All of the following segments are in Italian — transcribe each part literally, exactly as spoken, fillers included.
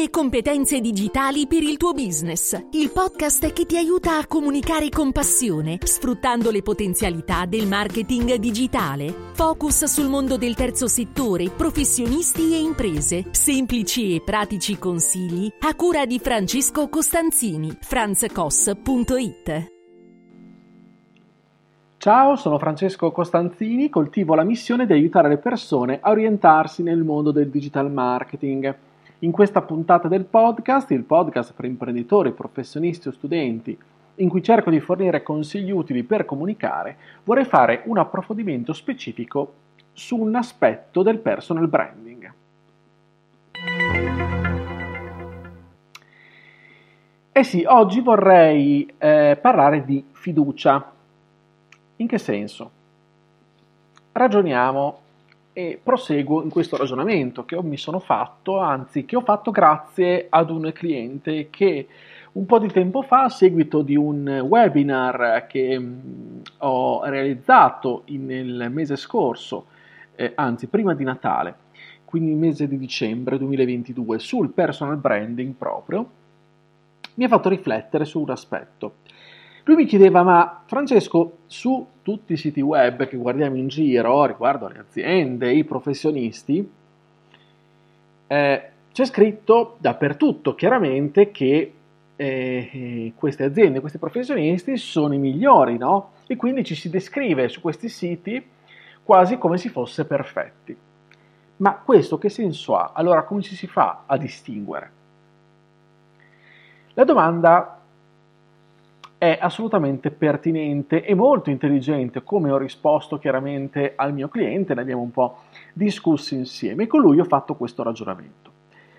Le competenze digitali per il tuo business. Il podcast che ti aiuta a comunicare con passione, sfruttando le potenzialità del marketing digitale. Focus sul mondo del terzo settore, professionisti e imprese. Semplici e pratici consigli a cura di Francesco Costanzini. franzcos punto it. Ciao, sono Francesco Costanzini, coltivo la missione di aiutare le persone a orientarsi nel mondo del digital marketing. In questa puntata del podcast, il podcast per imprenditori, professionisti o studenti, in cui cerco di fornire consigli utili per comunicare, vorrei fare un approfondimento specifico su un aspetto del personal branding. Eh sì, oggi vorrei eh, parlare di fiducia. In che senso? Ragioniamo e proseguo in questo ragionamento che mi sono fatto, anzi che ho fatto grazie ad un cliente che un po' di tempo fa, a seguito di un webinar che mh, ho realizzato in, nel mese scorso, eh, anzi prima di Natale, quindi il mese di dicembre duemilaventidue, sul personal branding proprio, mi ha fatto riflettere su un aspetto. Lui mi chiedeva, ma Francesco, su tutti i siti web che guardiamo in giro riguardo alle aziende, i professionisti, eh, c'è scritto dappertutto chiaramente che eh, queste aziende, questi professionisti sono i migliori, no? E quindi ci si descrive su questi siti quasi come se fosse perfetti. Ma questo che senso ha? Allora come ci si fa a distinguere? La domanda è assolutamente pertinente e molto intelligente, come ho risposto chiaramente al mio cliente, ne abbiamo un po' discusso insieme e con lui ho fatto questo ragionamento.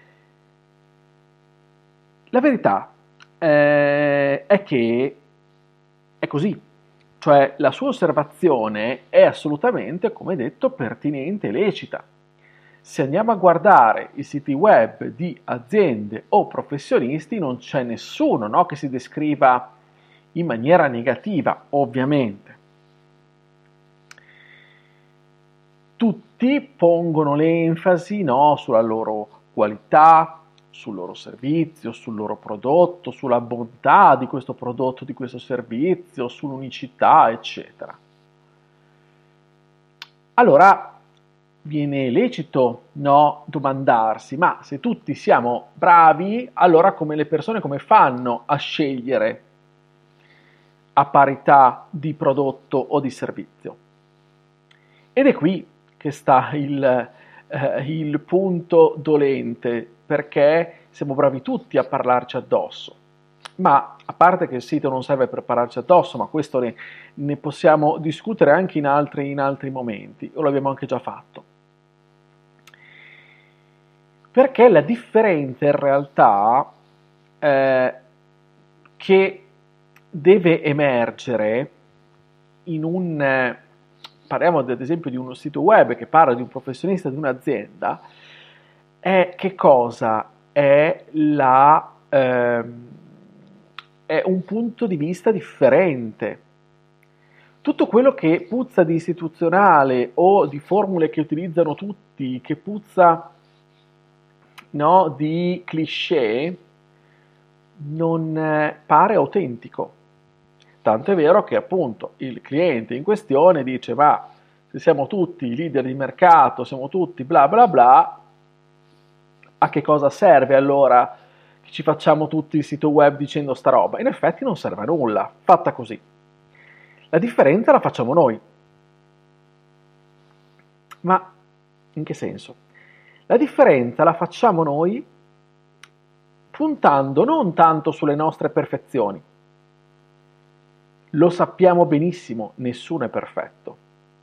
La verità eh, è che è così, cioè la sua osservazione è assolutamente, come detto, pertinente e lecita. Se andiamo a guardare i siti web di aziende o professionisti, non c'è nessuno, no, che si descriva in maniera negativa, ovviamente. Tutti pongono l'enfasi, no, sulla loro qualità, sul loro servizio, sul loro prodotto, sulla bontà di questo prodotto, di questo servizio, sull'unicità, eccetera. Allora viene lecito, no, domandarsi, ma se tutti siamo bravi, allora come le persone come fanno a scegliere a parità di prodotto o di servizio? Ed è qui che sta il, eh, il punto dolente, perché siamo bravi tutti a parlarci addosso. Ma a parte che il sito non serve per parlarci addosso, ma questo ne, ne possiamo discutere anche in altri, in altri momenti, o l'abbiamo anche già fatto. Perché la differenza in realtà eh, che deve emergere in un, parliamo ad esempio di uno sito web che parla di un professionista di un'azienda, è che cosa? È, la, ehm, è un punto di vista differente. Tutto quello che puzza di istituzionale o di formule che utilizzano tutti, che puzza, no, di cliché, non eh, pare autentico. Tanto è vero che appunto il cliente in questione dice, ma se siamo tutti leader di mercato, siamo tutti bla bla bla, a che cosa serve allora che ci facciamo tutti il sito web dicendo sta roba? In effetti non serve a nulla, fatta così. La differenza la facciamo noi. Ma in che senso? La differenza la facciamo noi puntando non tanto sulle nostre perfezioni. Lo sappiamo benissimo, nessuno è perfetto.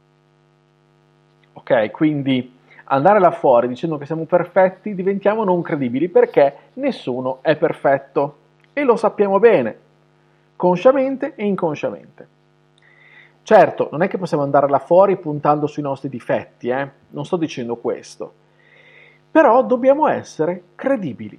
Ok, quindi andare là fuori dicendo che siamo perfetti diventiamo non credibili perché nessuno è perfetto e lo sappiamo bene, consciamente e inconsciamente. Certo, non è che possiamo andare là fuori puntando sui nostri difetti, eh? Non sto dicendo questo, però dobbiamo essere credibili.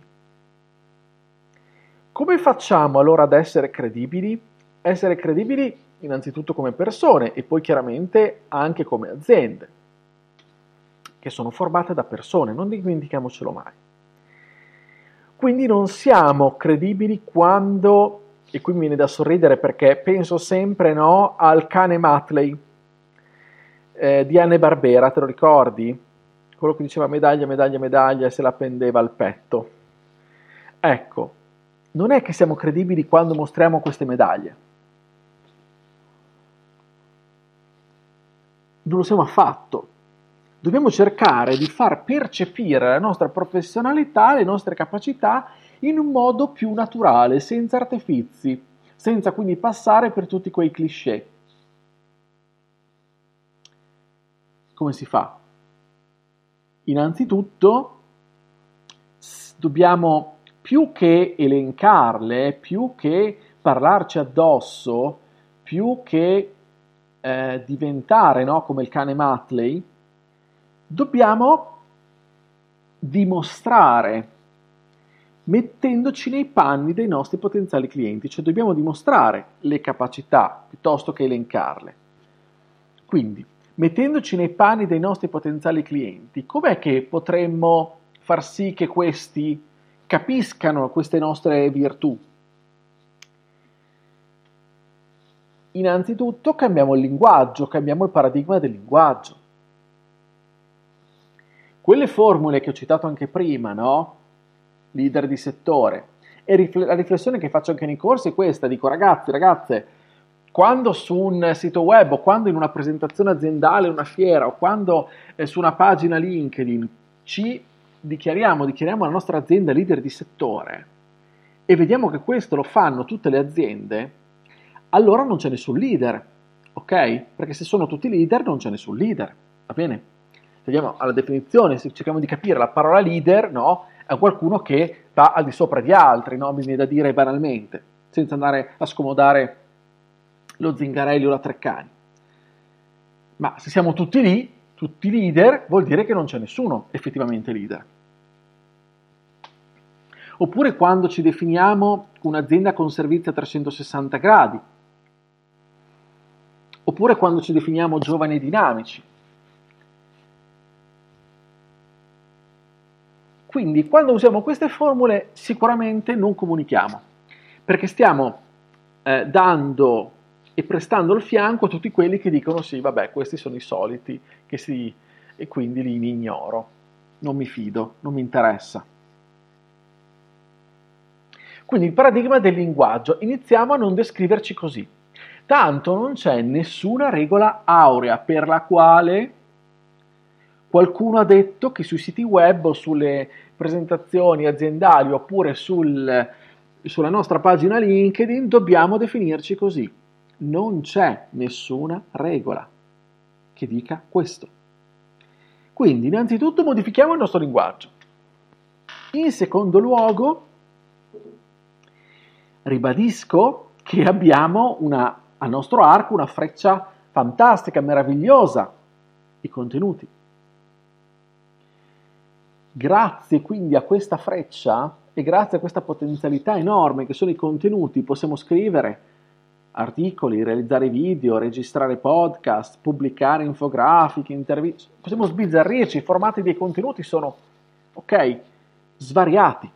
Come facciamo allora ad essere credibili? Essere credibili innanzitutto come persone e poi chiaramente anche come aziende, che sono formate da persone, non dimentichiamocelo mai. Quindi non siamo credibili quando, e qui mi viene da sorridere perché penso sempre, no, al cane Matley eh, di Hanna-Barbera, te lo ricordi? Quello che diceva medaglia, medaglia, medaglia e se la appendeva al petto. Ecco, non è che siamo credibili quando mostriamo queste medaglie. Non lo siamo affatto. Dobbiamo cercare di far percepire la nostra professionalità, le nostre capacità in un modo più naturale, senza artifizi, senza quindi passare per tutti quei cliché. Come si fa? Innanzitutto dobbiamo, più che elencarle, più che parlarci addosso, più che eh, diventare, no, come il cane Matley, dobbiamo dimostrare, mettendoci nei panni dei nostri potenziali clienti, cioè dobbiamo dimostrare le capacità piuttosto che elencarle. Quindi, mettendoci nei panni dei nostri potenziali clienti, com'è che potremmo far sì che questi capiscano queste nostre virtù? Innanzitutto cambiamo il linguaggio, cambiamo il paradigma del linguaggio. Quelle formule che ho citato anche prima, no? Leader di settore. E rifle- la riflessione che faccio anche nei corsi è questa, dico ragazzi, ragazze, quando su un sito web o quando in una presentazione aziendale, una fiera o quando eh, su una pagina LinkedIn ci dichiariamo, dichiariamo la nostra azienda leader di settore e vediamo che questo lo fanno tutte le aziende, allora non c'è nessun leader, ok? Perché se sono tutti leader non c'è nessun leader, va bene? Andiamo alla definizione, se cerchiamo di capire la parola leader, no? È qualcuno che va al di sopra di altri, no? Bisogna da dire banalmente, senza andare a scomodare lo Zingarelli o la Treccani. Ma se siamo tutti lì, tutti leader, vuol dire che non c'è nessuno effettivamente leader. Oppure quando ci definiamo un'azienda con servizi a trecentosessanta gradi. Oppure quando ci definiamo giovani e dinamici. Quindi quando usiamo queste formule sicuramente non comunichiamo, perché stiamo eh, dando e prestando il fianco a tutti quelli che dicono sì, vabbè, questi sono i soliti, che si, e quindi li ignoro, non mi fido, non mi interessa. Quindi il paradigma del linguaggio, iniziamo a non descriverci così. Tanto non c'è nessuna regola aurea per la quale qualcuno ha detto che sui siti web o sulle presentazioni aziendali oppure sul, sulla nostra pagina LinkedIn dobbiamo definirci così. Non c'è nessuna regola che dica questo. Quindi, innanzitutto modifichiamo il nostro linguaggio. In secondo luogo, ribadisco che abbiamo una, al nostro arco una freccia fantastica, meravigliosa, i contenuti. Grazie quindi a questa freccia e grazie a questa potenzialità enorme che sono i contenuti, possiamo scrivere articoli, realizzare video, registrare podcast, pubblicare infografiche, interviste, possiamo sbizzarrirci, i formati dei contenuti sono, ok, svariati.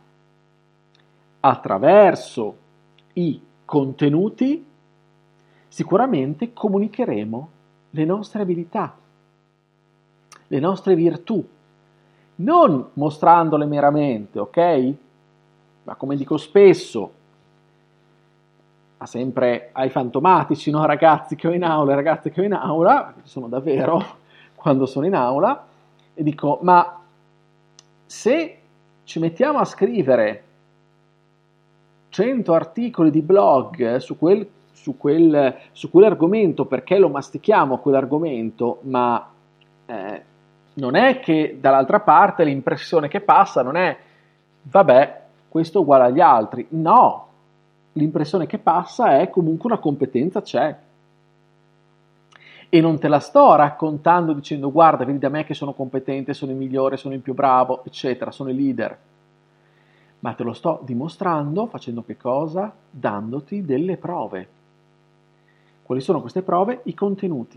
Attraverso i contenuti sicuramente comunicheremo le nostre abilità, le nostre virtù, non mostrandole meramente, ok? Ma come dico spesso, ma sempre ai fantomatici, no? Ragazzi che ho in aula, ragazze che ho in aula, che sono davvero quando sono in aula, e dico, ma se ci mettiamo a scrivere cento articoli di blog su quel, su quel, su quell'argomento perché lo mastichiamo quell'argomento, ma eh, non è che dall'altra parte l'impressione che passa non è vabbè, questo è uguale agli altri, no, l'impressione che passa è comunque una competenza c'è e non te la sto raccontando dicendo guarda, vedi da me che sono competente, sono il migliore, sono il più bravo, eccetera, sono il leader, ma te lo sto dimostrando facendo che cosa? Dandoti delle prove. Quali sono queste prove? I contenuti.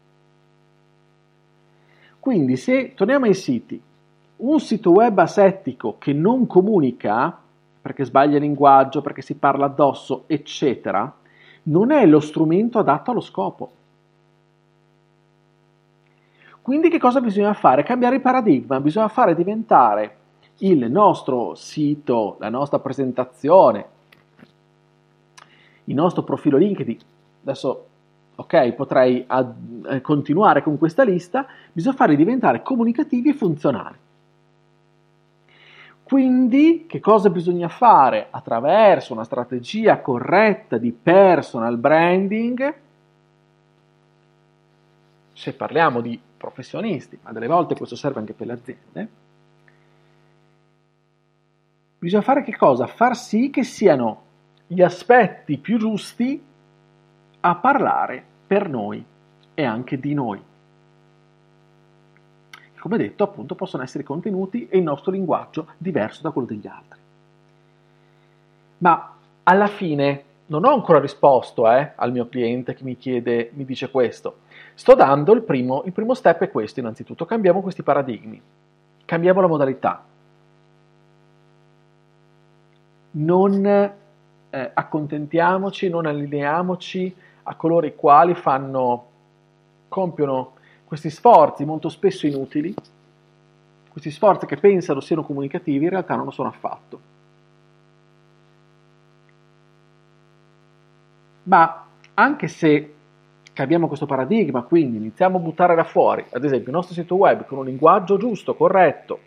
Quindi se torniamo ai siti, un sito web asettico che non comunica perché sbaglia il linguaggio, perché si parla addosso, eccetera, non è lo strumento adatto allo scopo. Quindi che cosa bisogna fare? Cambiare il paradigma, bisogna fare diventare il nostro sito, la nostra presentazione, il nostro profilo LinkedIn. Adesso, ok, potrei ad, continuare con questa lista, bisogna farli diventare comunicativi e funzionali. Quindi, che cosa bisogna fare? Attraverso una strategia corretta di personal branding, se parliamo di professionisti, ma delle volte questo serve anche per le aziende, bisogna fare che cosa? Far sì che siano gli aspetti più giusti a parlare per noi e anche di noi. Come detto, appunto, possono essere contenuti e il nostro linguaggio diverso da quello degli altri. Ma alla fine non ho ancora risposto eh, al mio cliente che mi chiede, mi dice questo. Sto dando il primo, il primo step è questo, innanzitutto, cambiamo questi paradigmi, cambiamo la modalità. Non eh, accontentiamoci, non allineiamoci a coloro i quali fanno, compiono questi sforzi molto spesso inutili, questi sforzi che pensano siano comunicativi, in realtà non lo sono affatto. Ma anche se cambiamo questo paradigma, quindi iniziamo a buttare da fuori, ad esempio, il nostro sito web con un linguaggio giusto, corretto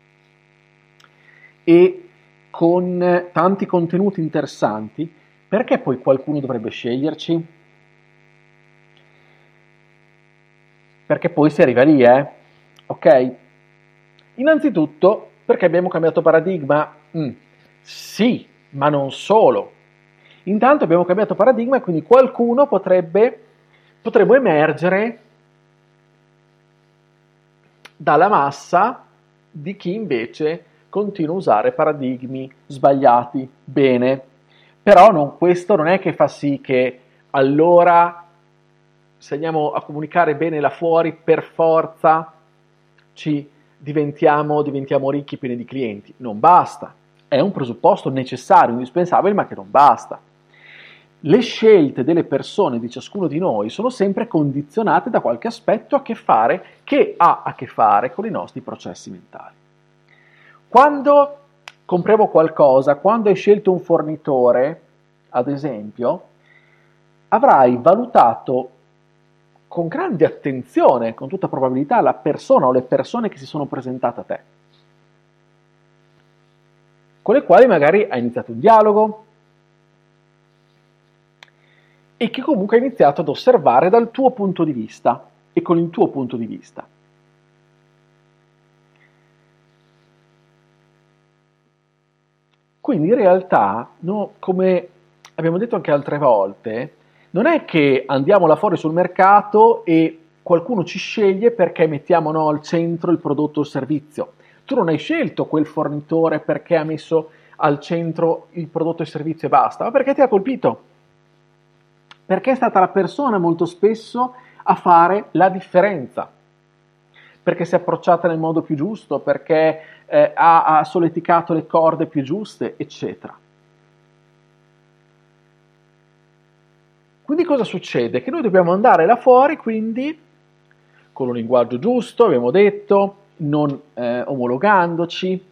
e con tanti contenuti interessanti, perché poi qualcuno dovrebbe sceglierci? Perché poi si arriva lì, eh? Ok? Innanzitutto, perché abbiamo cambiato paradigma? Mm, sì, ma non solo. Intanto abbiamo cambiato paradigma e quindi qualcuno potrebbe, potremmo emergere dalla massa di chi invece continua a usare paradigmi sbagliati. Bene, però non, questo non è che fa sì che allora, se andiamo a comunicare bene là fuori, per forza ci diventiamo, diventiamo ricchi pieni di clienti. Non basta. È un presupposto necessario, indispensabile, ma che non basta. Le scelte delle persone, di ciascuno di noi, sono sempre condizionate da qualche aspetto a che fare, che ha a che fare con i nostri processi mentali. Quando compriamo qualcosa, quando hai scelto un fornitore, ad esempio, avrai valutato con grande attenzione, con tutta probabilità, la persona o le persone che si sono presentate a te, con le quali magari hai iniziato un dialogo e che comunque hai iniziato ad osservare dal tuo punto di vista e con il tuo punto di vista. Quindi in realtà, no, come abbiamo detto anche altre volte, non è che andiamo là fuori sul mercato e qualcuno ci sceglie perché mettiamo no, al centro il prodotto o il servizio. Tu non hai scelto quel fornitore perché ha messo al centro il prodotto e il servizio e basta, ma perché ti ha colpito. Perché è stata la persona molto spesso a fare la differenza. Perché si è approcciata nel modo più giusto, perché eh, ha, ha solleticato le corde più giuste, eccetera. Quindi cosa succede? Che noi dobbiamo andare là fuori, quindi, con un linguaggio giusto, abbiamo detto, non eh, omologandoci,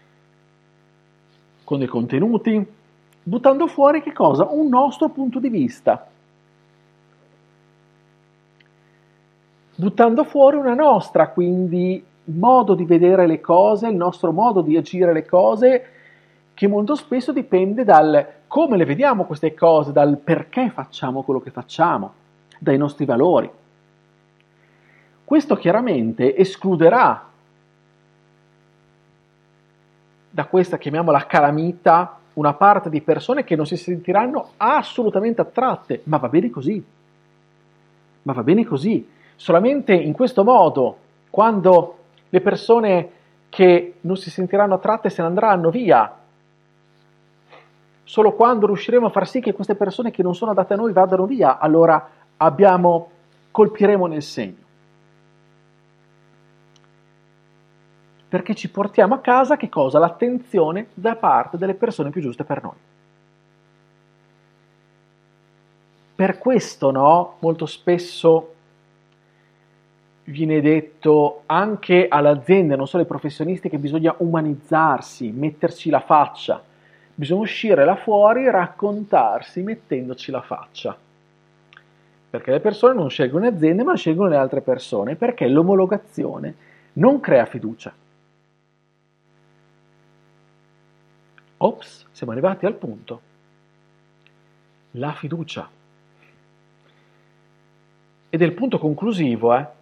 con dei contenuti, buttando fuori che cosa? Un nostro punto di vista. Buttando fuori una nostra, quindi, modo di vedere le cose, il nostro modo di agire le cose, che molto spesso dipende dal come le vediamo queste cose, dal perché facciamo quello che facciamo, dai nostri valori. Questo chiaramente escluderà da questa, chiamiamola calamita, una parte di persone che non si sentiranno assolutamente attratte, ma va bene così. Ma va bene così. Solamente in questo modo, quando le persone che non si sentiranno attratte se ne andranno via, solo quando riusciremo a far sì che queste persone che non sono adatte a noi vadano via, allora abbiamo, colpiremo nel segno. Perché ci portiamo a casa che cosa? L'attenzione da parte delle persone più giuste per noi. Per questo, no, molto spesso viene detto anche alle aziende, non solo ai professionisti, che bisogna umanizzarsi, metterci la faccia. Bisogna uscire là fuori e raccontarsi mettendoci la faccia. Perché le persone non scelgono le aziende, ma scelgono le altre persone, perché l'omologazione non crea fiducia. Ops, siamo arrivati al punto. La fiducia. Ed è il punto conclusivo, eh.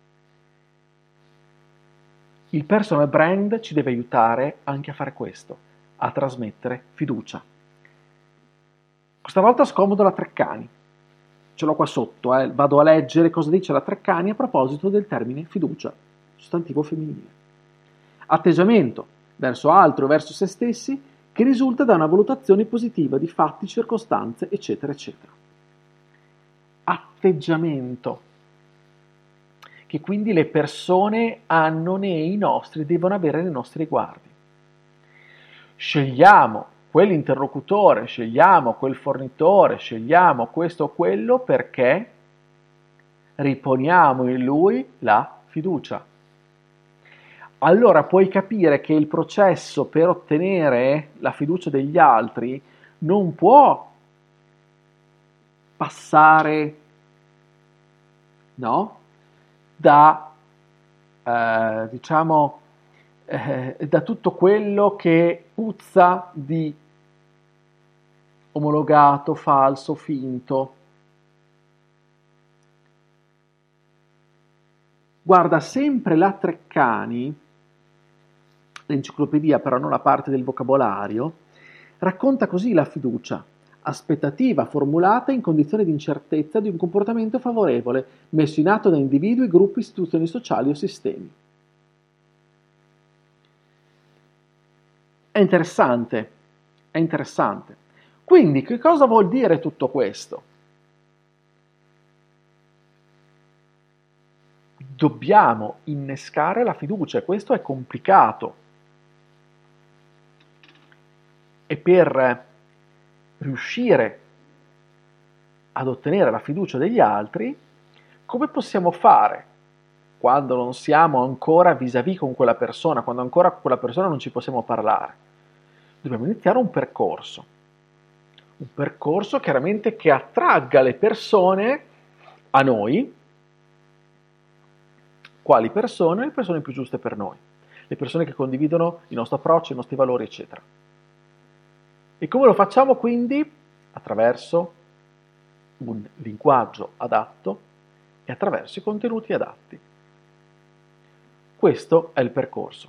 Il personal brand ci deve aiutare anche a fare questo, a trasmettere fiducia. Questa volta scomodo la Treccani. Ce l'ho qua sotto, eh. Vado a leggere cosa dice la Treccani a proposito del termine fiducia, sostantivo femminile. Atteggiamento verso altri o verso se stessi che risulta da una valutazione positiva di fatti, circostanze, eccetera, eccetera. Atteggiamento che quindi le persone hanno nei nostri, devono avere nei nostri riguardi. Scegliamo quell'interlocutore, scegliamo quel fornitore, scegliamo questo o quello perché riponiamo in lui la fiducia. Allora puoi capire che il processo per ottenere la fiducia degli altri non può passare, no? da eh, diciamo eh, da tutto quello che puzza di omologato, falso, finto. Guarda, sempre la Treccani, l'enciclopedia però non la parte del vocabolario, racconta così la fiducia: aspettativa formulata in condizioni di incertezza di un comportamento favorevole, messo in atto da individui, gruppi, istituzioni sociali o sistemi. È interessante, è interessante. Quindi, che cosa vuol dire tutto questo? Dobbiamo innescare la fiducia e questo è complicato. E per riuscire ad ottenere la fiducia degli altri, come possiamo fare quando non siamo ancora vis-à-vis con quella persona, quando ancora con quella persona non ci possiamo parlare? Dobbiamo iniziare un percorso, un percorso chiaramente che attragga le persone a noi. Quali persone? Le persone più giuste per noi, le persone che condividono il nostro approccio, i nostri valori, eccetera. E come lo facciamo quindi? Attraverso un linguaggio adatto e attraverso i contenuti adatti. Questo è il percorso.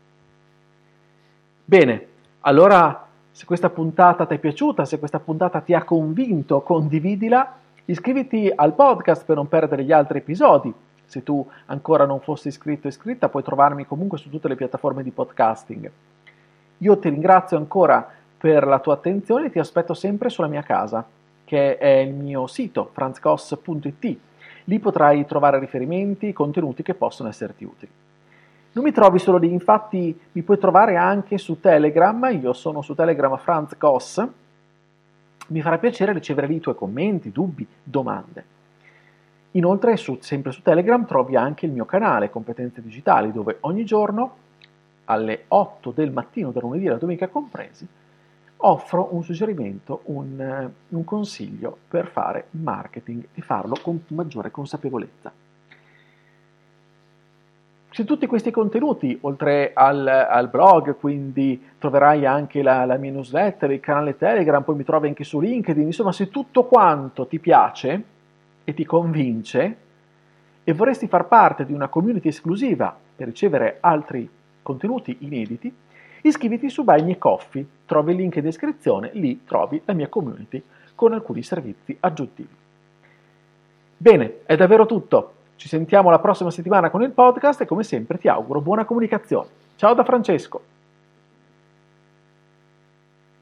Bene, allora se questa puntata ti è piaciuta, se questa puntata ti ha convinto, condividila, iscriviti al podcast per non perdere gli altri episodi. Se tu ancora non fossi iscritto o iscritta, puoi trovarmi comunque su tutte le piattaforme di podcasting. Io ti ringrazio ancora per la tua attenzione e ti aspetto sempre sulla mia casa, che è il mio sito franz koss punto it. Lì potrai trovare riferimenti, contenuti che possono esserti utili. Non mi trovi solo lì, infatti mi puoi trovare anche su Telegram. Io sono su Telegram Franz Koss. Mi farà piacere ricevere lì i tuoi commenti, dubbi, domande. Inoltre, su, sempre su Telegram trovi anche il mio canale Competenze Digitali, dove ogni giorno alle otto del mattino, da lunedì alla domenica compresi, offro un suggerimento, un, un consiglio per fare marketing e farlo con maggiore consapevolezza. Se tutti questi contenuti, oltre al, al blog, quindi troverai anche la, la mia newsletter, il canale Telegram, poi mi trovi anche su LinkedIn, insomma se tutto quanto ti piace e ti convince e vorresti far parte di una community esclusiva per ricevere altri contenuti inediti, iscriviti su Buy Me Coffee, trovi il link in descrizione, lì trovi la mia community con alcuni servizi aggiuntivi. Bene, è davvero tutto. Ci sentiamo la prossima settimana con il podcast e come sempre ti auguro buona comunicazione. Ciao da Francesco!